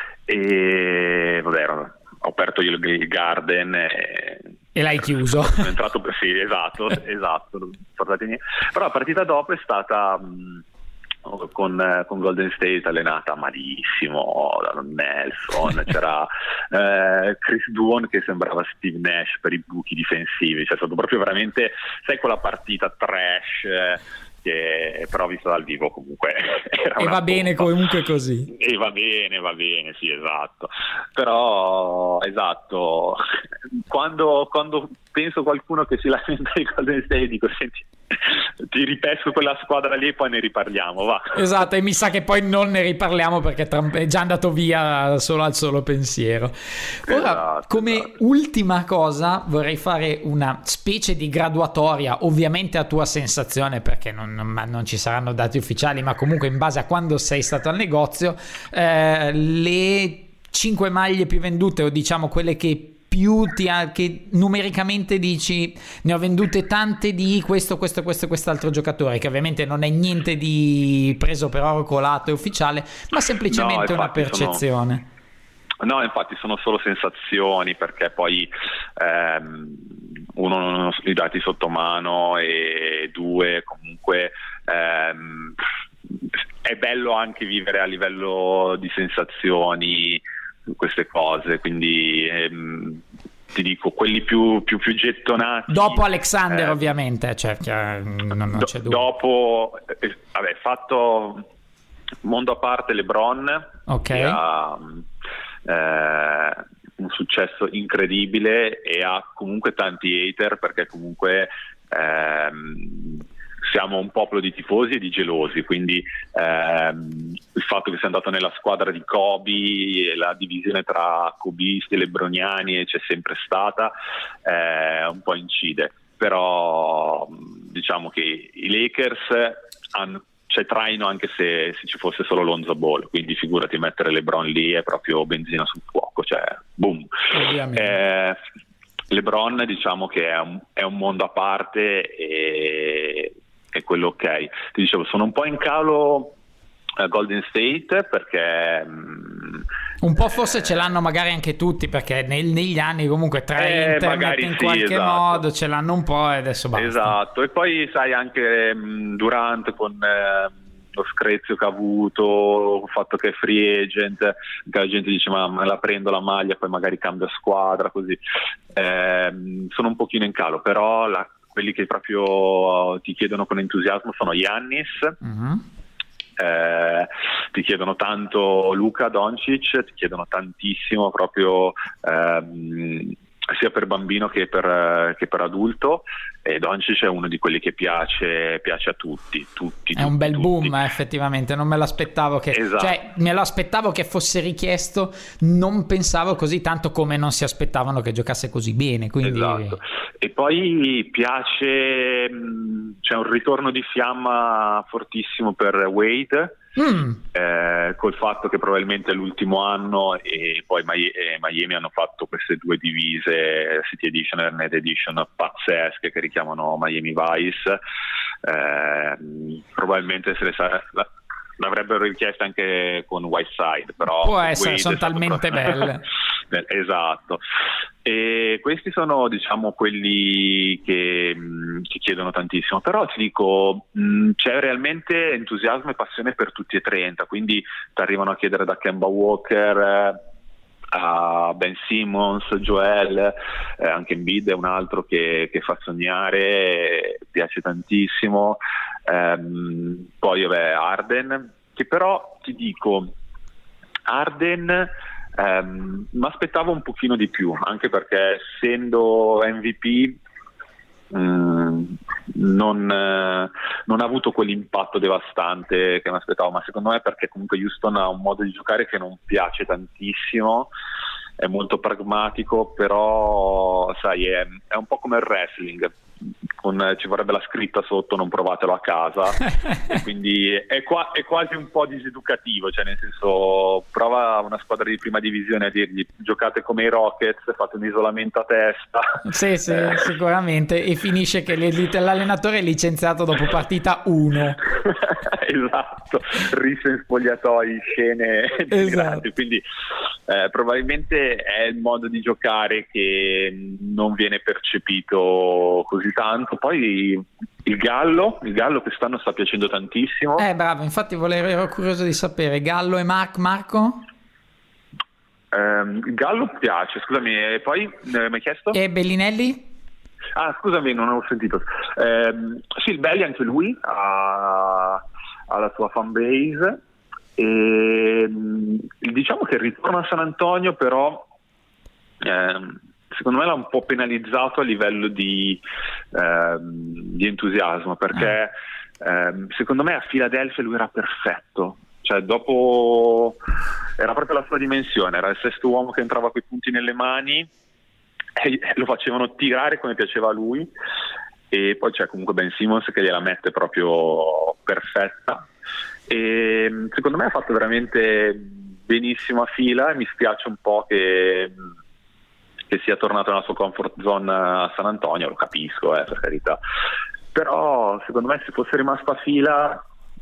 e vabbè, ero, ho aperto io il Garden e, e l'hai chiuso. Sono entrato per sì, esatto, esatto. Però la partita dopo è stata mh, Con, con Golden State allenata malissimo da Nelson, c'era eh, Chris Duhon che sembrava Steve Nash per i buchi difensivi, cioè è stato proprio veramente, sai, quella partita trash eh, che però vista dal vivo comunque era e va bomba. Bene comunque così, e va bene, va bene, sì, esatto. Però esatto, quando, quando penso a qualcuno che si lamenta di Golden State dico, senti, ti ripesco quella squadra lì e poi ne riparliamo, va. Esatto, e mi sa che poi non ne riparliamo perché Trump è già andato via solo al solo pensiero. Ora, esatto, come esatto. ultima cosa vorrei fare una specie di graduatoria, ovviamente a tua sensazione, perché non, non, non ci saranno dati ufficiali, ma comunque in base a quando sei stato al negozio, eh, le cinque maglie più vendute, o diciamo quelle che più ti ha, che numericamente dici ne ho vendute tante di questo, questo, questo e quest'altro giocatore, che ovviamente non è niente di preso per oro colato e ufficiale, ma semplicemente no, una percezione. Sono, no, infatti sono solo sensazioni, perché poi ehm, uno non ha i dati sotto mano, e due comunque ehm, è bello anche vivere a livello di sensazioni queste cose, quindi ehm, ti dico quelli più, più, più gettonati dopo Alexander eh, ovviamente, cioè, non, non do, c'è dubbio. Dopo eh, vabbè, fatto mondo a parte, LeBron, okay. che ha eh, un successo incredibile e ha comunque tanti hater, perché comunque ehm, siamo un popolo di tifosi e di gelosi, quindi ehm, il fatto che sia andato nella squadra di Kobe e la divisione tra cobisti e lebroniani c'è sempre stata, eh, un po' incide, però diciamo che i Lakers hanno, cioè, traino anche se, se ci fosse solo Lonzo Ball, quindi figurati, mettere LeBron lì è proprio benzina sul fuoco, cioè boom. Eh, LeBron diciamo che è un, è un mondo a parte e è quello ok. Ti dicevo, sono un po' in calo a Golden State perché mh, un po' forse ce l'hanno magari anche tutti, perché nel, negli anni comunque tra eh, internet in sì, qualche esatto. modo ce l'hanno un po' e adesso basta. Esatto, e poi sai anche mh, Durant con eh, lo screzio che ha avuto, il fatto che è free agent, che la gente dice ma me la prendo la maglia, poi magari cambia squadra, così. Eh, sono un pochino in calo, però la, quelli che proprio ti chiedono con entusiasmo sono Giannis. Mm-hmm. Eh, ti chiedono tanto Luka Doncic, ti chiedono tantissimo proprio ehm, sia per bambino che per, che per adulto, e Doncic è uno di quelli che piace piace a tutti, tutti è tutti, un bel tutti. boom, eh, effettivamente non me l'aspettavo che esatto. Cioè me lo aspettavo che fosse richiesto, non pensavo così tanto, come non si aspettavano che giocasse così bene, quindi... Esatto. E poi piace, c'è un ritorno di fiamma fortissimo per Wade. Mm. Eh, col fatto che probabilmente è l'ultimo anno e poi Miami hanno fatto queste due divise, City Edition e Net Edition, pazzesche, che richiamano Miami Vice. Eh, probabilmente se le sa- la- l'avrebbero richiesta anche con Whiteside, però può essere, Wade sono talmente pro- belle. Esatto. E questi sono, diciamo, quelli che, mh, che chiedono tantissimo, però ti dico, mh, c'è realmente entusiasmo e passione per tutti e trenta, quindi ti arrivano a chiedere da Kemba Walker eh, a Ben Simmons, Joel, eh, anche Embiid è un altro che, che fa sognare, piace tantissimo. Ehm, poi vabbè, Harden, che però ti dico, Harden Um, mi aspettavo un pochino di più, anche perché essendo M V P um, non, uh, non ha avuto quell'impatto devastante che mi aspettavo, ma secondo me perché comunque Houston ha un modo di giocare che non piace tantissimo, è molto pragmatico, però sai è, è un po' come il wrestling, con, ci vorrebbe la scritta sotto non provatelo a casa e quindi è, qua, è quasi un po' diseducativo, cioè nel senso prova una squadra di prima divisione a dirgli giocate come i Rockets, fate un isolamento a testa, sì sì eh. sicuramente, e finisce che l'allenatore è licenziato dopo partita uno. Esatto, risse in spogliatoi, scene esatto. Quindi eh, probabilmente è il modo di giocare che non viene percepito così tanto. Poi il Gallo, il Gallo quest'anno sta piacendo tantissimo. Eh bravo, infatti volevo, ero curioso di sapere, Gallo e Mark, Marco? Um, il Gallo piace, scusami, e poi eh, mi hai chiesto? E Bellinelli? Ah, scusami, non avevo sentito. Eh, sì, il Belli anche lui ha, ha la sua fan base. E, diciamo che ritorna a San Antonio, però eh, secondo me l'ha un po' penalizzato a livello di, eh, di entusiasmo, perché eh, secondo me a Philadelphia lui era perfetto. Cioè dopo era proprio la sua dimensione, era il sesto uomo che entrava coi punti nelle mani e lo facevano tirare come piaceva a lui, e poi c'è comunque Ben Simmons che gliela mette proprio perfetta, e secondo me ha fatto veramente benissimo a Fila, e mi spiace un po' che, che sia tornato nella sua comfort zone a San Antonio, lo capisco, eh, per carità, però secondo me se fosse rimasto a Fila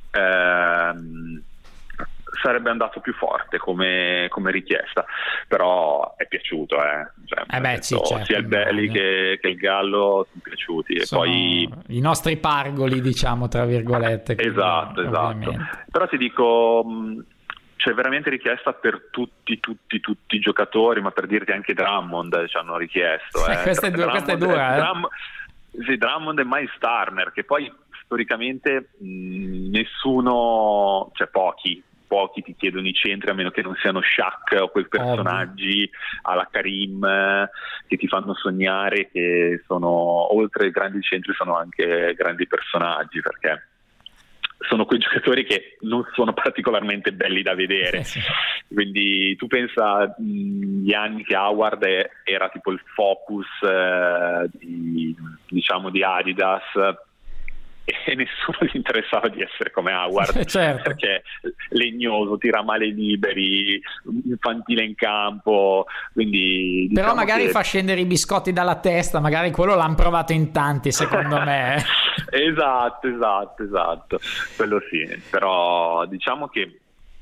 ehm, sarebbe andato più forte come, come richiesta, però è piaciuto, eh. Cioè, eh beh, sì, certo, sia il Belli che, che il Gallo sono piaciuti, sono e poi i nostri pargoli, diciamo, tra virgolette. Esatto, quindi, esatto. ovviamente. Però ti dico, c'è veramente richiesta per tutti, tutti, tutti i giocatori, ma per dirti anche Drummond ci hanno richiesto. Eh. questa è dura, questa è dura, eh. Drummond, sì, Drummond e Miles Turner, che poi storicamente mh, nessuno, cioè pochi, pochi ti chiedono i centri, a meno che non siano Shaq o quei personaggi alla Karim che ti fanno sognare, che sono, oltre ai grandi centri, sono anche grandi personaggi, perché sono quei giocatori che non sono particolarmente belli da vedere. Sì, sì. Quindi tu pensa gli anni che Howard è, era tipo il focus eh, di, diciamo di Adidas, e nessuno gli interessava di essere come Howard, certo. perché legnoso, tira male i liberi, infantile in campo, quindi però diciamo magari che... fa scendere i biscotti dalla testa, magari quello l'hanno provato in tanti, secondo me. esatto esatto esatto quello sì, però diciamo che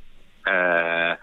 eh,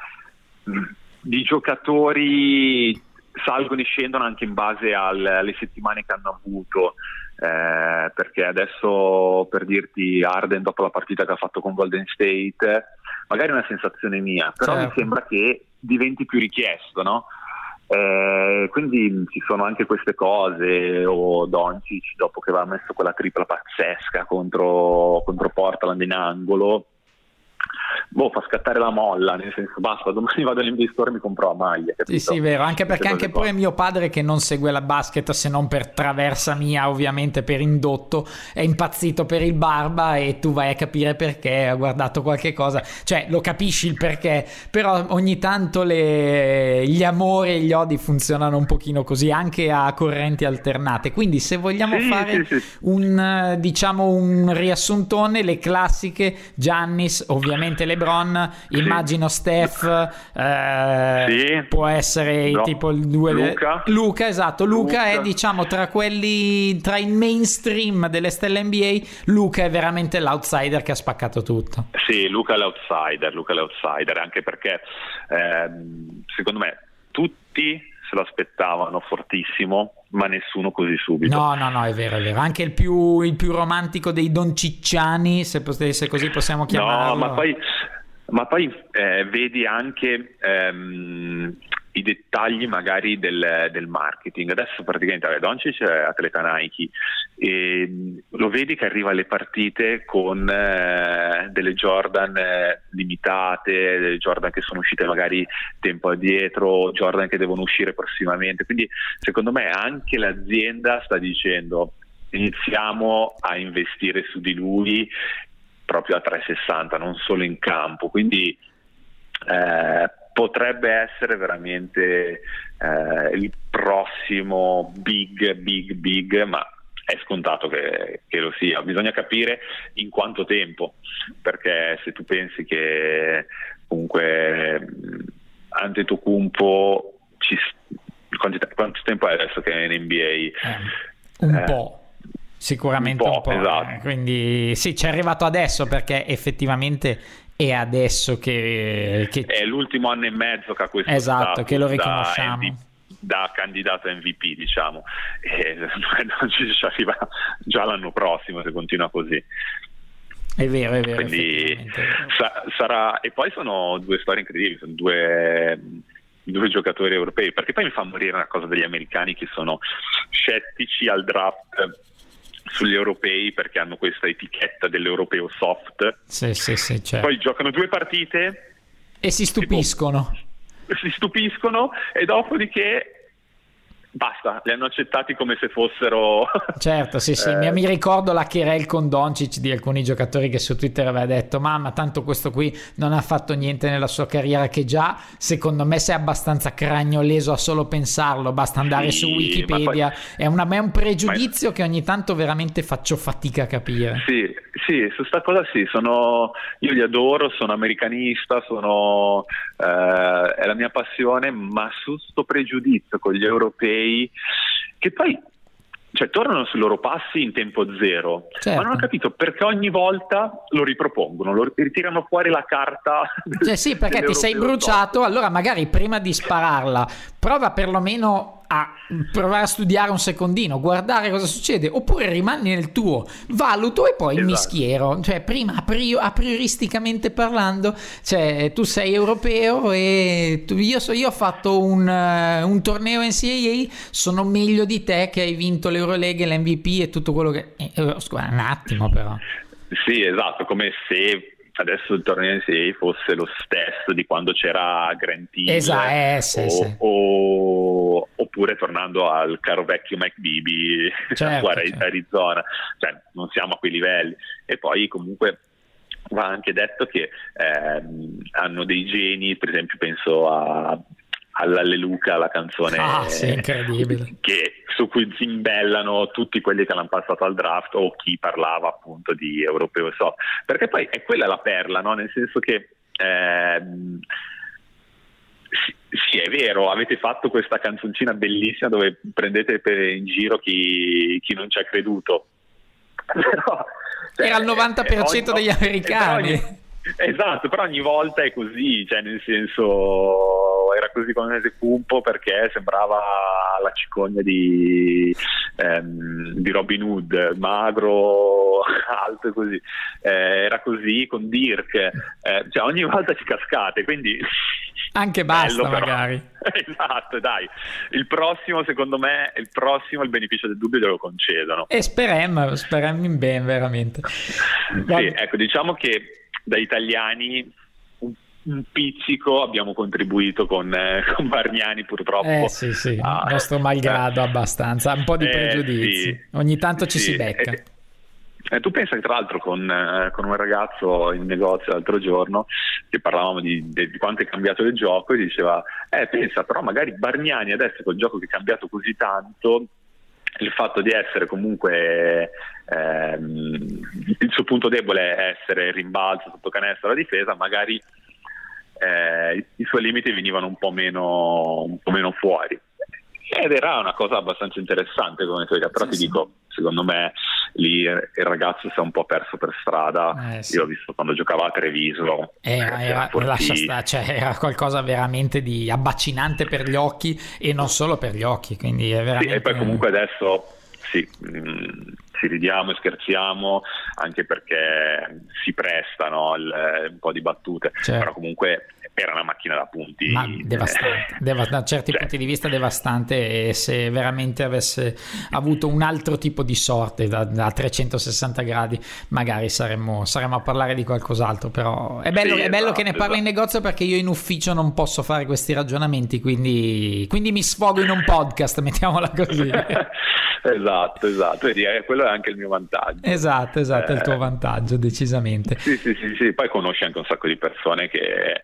di giocatori salgono e scendono anche in base al, alle settimane che hanno avuto, eh, perché adesso, per dirti, Harden dopo la partita che ha fatto con Golden State, magari è una sensazione mia, però certo. mi sembra che diventi più richiesto, no? Eh, quindi ci sono anche queste cose, o Doncic dopo che aveva messo quella tripla pazzesca contro, contro Portland in angolo, boh, fa scattare la molla, nel senso, basta, domani vado all'N B A Store e mi compro la maglia, capito? Sì, sì, vero, anche perché anche pure mio padre, che non segue la basket se non per traversa mia, ovviamente per indotto, è impazzito per il Barba, e tu vai a capire perché, ha guardato qualche cosa, cioè lo capisci il perché, però ogni tanto le, gli amori e gli odi funzionano un pochino così, anche a correnti alternate, quindi se vogliamo sì, fare sì, sì. un, diciamo, un riassuntone, le classiche, Giannis, ovviamente LeBron, sì. immagino Steph, eh, sì. può essere no. tipo il due Luca. Luca, esatto, Luca, Luca è diciamo tra quelli, tra il mainstream delle stelle N B A, Luca è veramente l'outsider che ha spaccato tutto. Sì, Luca è l'outsider, Luca è l'outsider, anche perché ehm, secondo me tutti se lo aspettavano fortissimo, ma nessuno così subito. No, no, no, è vero, è vero. Anche il più, il più romantico dei doncicciani, se, se così possiamo chiamarlo. No, ma poi, ma poi eh, vedi anche ehm, i dettagli magari del, del marketing. Adesso praticamente vabbè, Doncic è atleta Nike, e lo vedi che arriva alle partite con eh, delle Jordan eh, limitate, delle Jordan che sono uscite magari tempo addietro, Jordan che devono uscire prossimamente, quindi secondo me anche l'azienda sta dicendo iniziamo a investire su di lui proprio a trecentosessanta, non solo in campo, quindi eh, potrebbe essere veramente eh, il prossimo big big big, ma è scontato che, che lo sia. Bisogna capire in quanto tempo, perché se tu pensi che comunque Antetokounmpo ci, quanto, quanto tempo è adesso che è in N B A? Eh, un eh, po'. Sicuramente un po', un po', esatto. eh, quindi sì, ci è arrivato adesso, perché effettivamente è adesso che, che... è l'ultimo anno e mezzo che ha questo esatto, status che lo riconosciamo da, M V P, da candidato a M V P, diciamo, e non ci arriva già l'anno prossimo se continua così. È vero, è vero. Quindi sa- sarà, e poi sono due storie incredibili, sono due due giocatori europei, perché poi mi fa morire una cosa degli americani che sono scettici al draft sugli europei, perché hanno questa etichetta dell'europeo soft. Sì, sì, sì, certo. Poi giocano due partite e si stupiscono. Tipo, si stupiscono e dopodiché basta, li hanno accettati come se fossero certo, sì, sì, eh... mi ricordo la querel con Doncic di alcuni giocatori che su Twitter aveva detto mamma tanto questo qui non ha fatto niente nella sua carriera, che già secondo me sei abbastanza cragnoleso a solo pensarlo, basta andare sì, su Wikipedia, poi... è, una, è un pregiudizio ma... che ogni tanto veramente faccio fatica a capire. Sì, sì, su sta cosa sì, sono, io li adoro, sono americanista, sono eh, è la mia passione, ma su sto pregiudizio con gli europei che poi cioè, tornano sui loro passi in tempo zero, certo. Ma non ho capito perché ogni volta lo ripropongono, lo ritirano fuori la carta del, cioè sì, perché ti sei bruciato, allora magari prima di spararla prova perlomeno a provare a studiare un secondino, guardare cosa succede, oppure rimani nel tuo, valuto e poi esatto. mi schiero, cioè prima a, priori, a prioristicamente parlando, cioè tu sei europeo e tu, io, so, io ho fatto un, uh, un torneo N C A A, sono meglio di te che hai vinto l'Eurolega e l'M V P e tutto quello che eh, scusa, un attimo però sì, esatto, come se adesso il torneo N C A A fosse lo stesso di quando c'era Grant Hill, esatto, eh, sì, o, sì. o, oppure tornando al caro vecchio Mike Bibby, certo, a certo. Arizona, cioè non siamo a quei livelli. E poi comunque va anche detto che ehm, hanno dei geni, per esempio penso a all'Alleluca, la canzone ah, sì, incredibile, che, su cui zimbellano tutti quelli che l'hanno passato al draft o chi parlava appunto di europeo soft, perché poi è quella la perla, no? Nel senso che ehm, sì, sì, è vero, avete fatto questa canzoncina bellissima dove prendete per in giro chi, chi non ci ha creduto, però cioè, era il novanta per cento ogni, degli americani. ogni, esatto, però ogni volta è così, cioè nel senso era così con Ese Kumpo perché sembrava la cicogna di, ehm, di Robin Hood, magro, alto e così, eh, era così con Dirk, eh, cioè ogni volta ci cascate, quindi anche basta bello, magari. Esatto, dai, il prossimo secondo me il prossimo il beneficio del dubbio glielo concedono e speriamo speriamo in bene veramente. Sì, ecco, diciamo che da italiani un, un pizzico abbiamo contribuito con, eh, con Bargnani purtroppo, eh sì sì, ah, nostro malgrado, eh, abbastanza, un po' di pregiudizi, eh, sì, ogni tanto ci sì, si becca. Eh, eh, tu pensa che tra l'altro con, eh, con un ragazzo in negozio l'altro giorno che parlavamo di, di, di quanto è cambiato il gioco e diceva eh pensa però magari Bargnani adesso col gioco che è cambiato così tanto, il fatto di essere comunque ehm, il suo punto debole è essere il rimbalzo sotto canestro, la difesa, magari eh, i, i suoi limiti venivano un po' meno un po' meno fuori, ed era una cosa abbastanza interessante come teoria, però sì, ti sì. dico, secondo me lì il ragazzo si è un po' perso per strada, eh, sì. io l'ho visto quando giocava a Treviso, era, era, lascia sta, cioè, era qualcosa veramente di abbacinante per gli occhi e non solo per gli occhi, quindi è veramente... Sì, e poi comunque adesso sì, mh, ci ridiamo e scherziamo anche perché si prestano il, un po' di battute, certo. Però comunque era una macchina da punti, ma devastante, devast- da certi cioè. punti di vista devastante, e se veramente avesse avuto un altro tipo di sorte da, da trecentosessanta gradi magari saremmo, saremmo a parlare di qualcos'altro, però è bello, sì, è bello esatto, che ne parli esatto. in negozio, perché io in ufficio non posso fare questi ragionamenti, quindi, quindi mi sfogo in un podcast, mettiamola così. Esatto, esatto, vedi, quello è anche il mio vantaggio. Esatto, esatto, eh, è il tuo vantaggio, decisamente. Sì, sì, sì, sì, poi conosci anche un sacco di persone che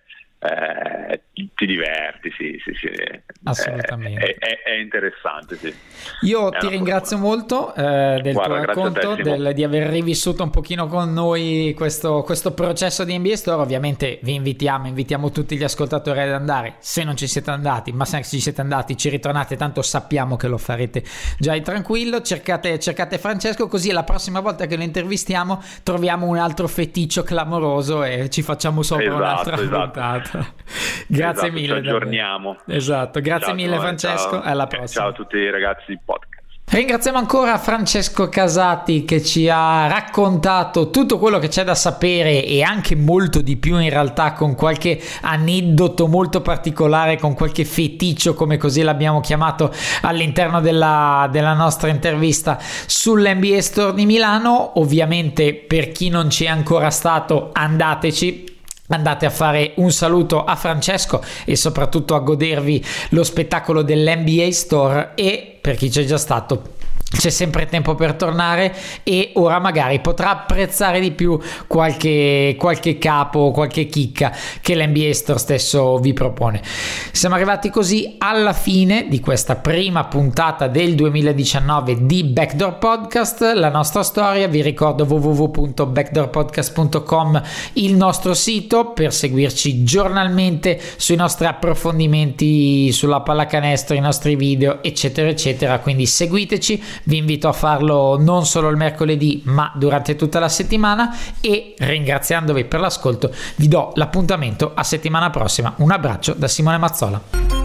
Eh, ti diverti, sì, sì, sì. Assolutamente. È, è, è interessante, sì. Io è ti ringrazio fortuna. molto eh, del Guarda, tuo racconto, del, di aver rivissuto un pochino con noi questo, questo processo di N B A Store. Ovviamente vi invitiamo, invitiamo tutti gli ascoltatori ad andare, se non ci siete andati, ma se ci siete andati ci ritornate, tanto sappiamo che lo farete già tranquillo. Cercate, cercate Francesco, così la prossima volta che lo intervistiamo troviamo un altro feticcio clamoroso e ci facciamo sopra esatto, un'altra esatto. puntata. Grazie esatto, mille. Ci aggiorniamo. Esatto, grazie ciao, mille Francesco, ciao. alla prossima. Ciao a tutti i ragazzi di podcast. Ringraziamo ancora Francesco Casati che ci ha raccontato tutto quello che c'è da sapere e anche molto di più in realtà, con qualche aneddoto molto particolare, con qualche feticcio, come così l'abbiamo chiamato all'interno della, della nostra intervista sull'N B A Store di Milano. Ovviamente per chi non ci è ancora stato, andateci. Andate a fare un saluto a Francesco e soprattutto a godervi lo spettacolo dell'N B A Store, e per chi c'è già stato c'è sempre tempo per tornare, e ora magari potrà apprezzare di più qualche, qualche capo, qualche chicca che l'N B A Store stesso vi propone. Siamo arrivati così alla fine di questa prima puntata del duemiladiciannove di Backdoor Podcast, la nostra storia. Vi ricordo w w w punto backdoor podcast punto com, il nostro sito per seguirci giornalmente sui nostri approfondimenti sulla pallacanestro, i nostri video eccetera eccetera, quindi seguiteci. Vi invito a farlo non solo il mercoledì ma durante tutta la settimana, e ringraziandovi per l'ascolto vi do l'appuntamento a settimana prossima. Un abbraccio da Simone Mazzola.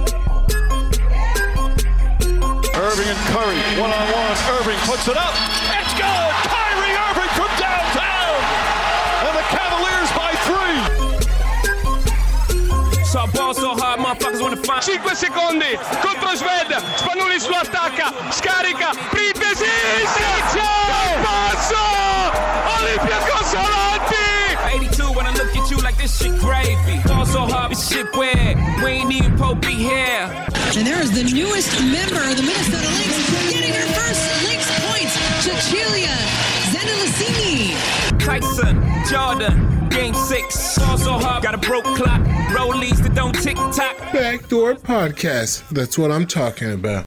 Irving and Curry, one on one. Irving puts it up. It's good. Kyrie Irving from downtown, and the Cavaliers by three. So ball so hard, motherfuckers wanna find. cinque secondi contro Sved, Spanulis lo attacca, scarica, Printesi, passo, Olympiacos avanti. eighty-two when I look at you like this shit gravy. Ball so hard, this shit weird. We ain't even Pope be here. And there is the newest member of the Minnesota Lynx getting her first Lynx points, Cecilia Zendelicini. Tyson, Jordan, game six. Ball so hard. hop. Got a broke clock. Rollies that don't tick tock. Backdoor Podcast. That's what I'm talking about.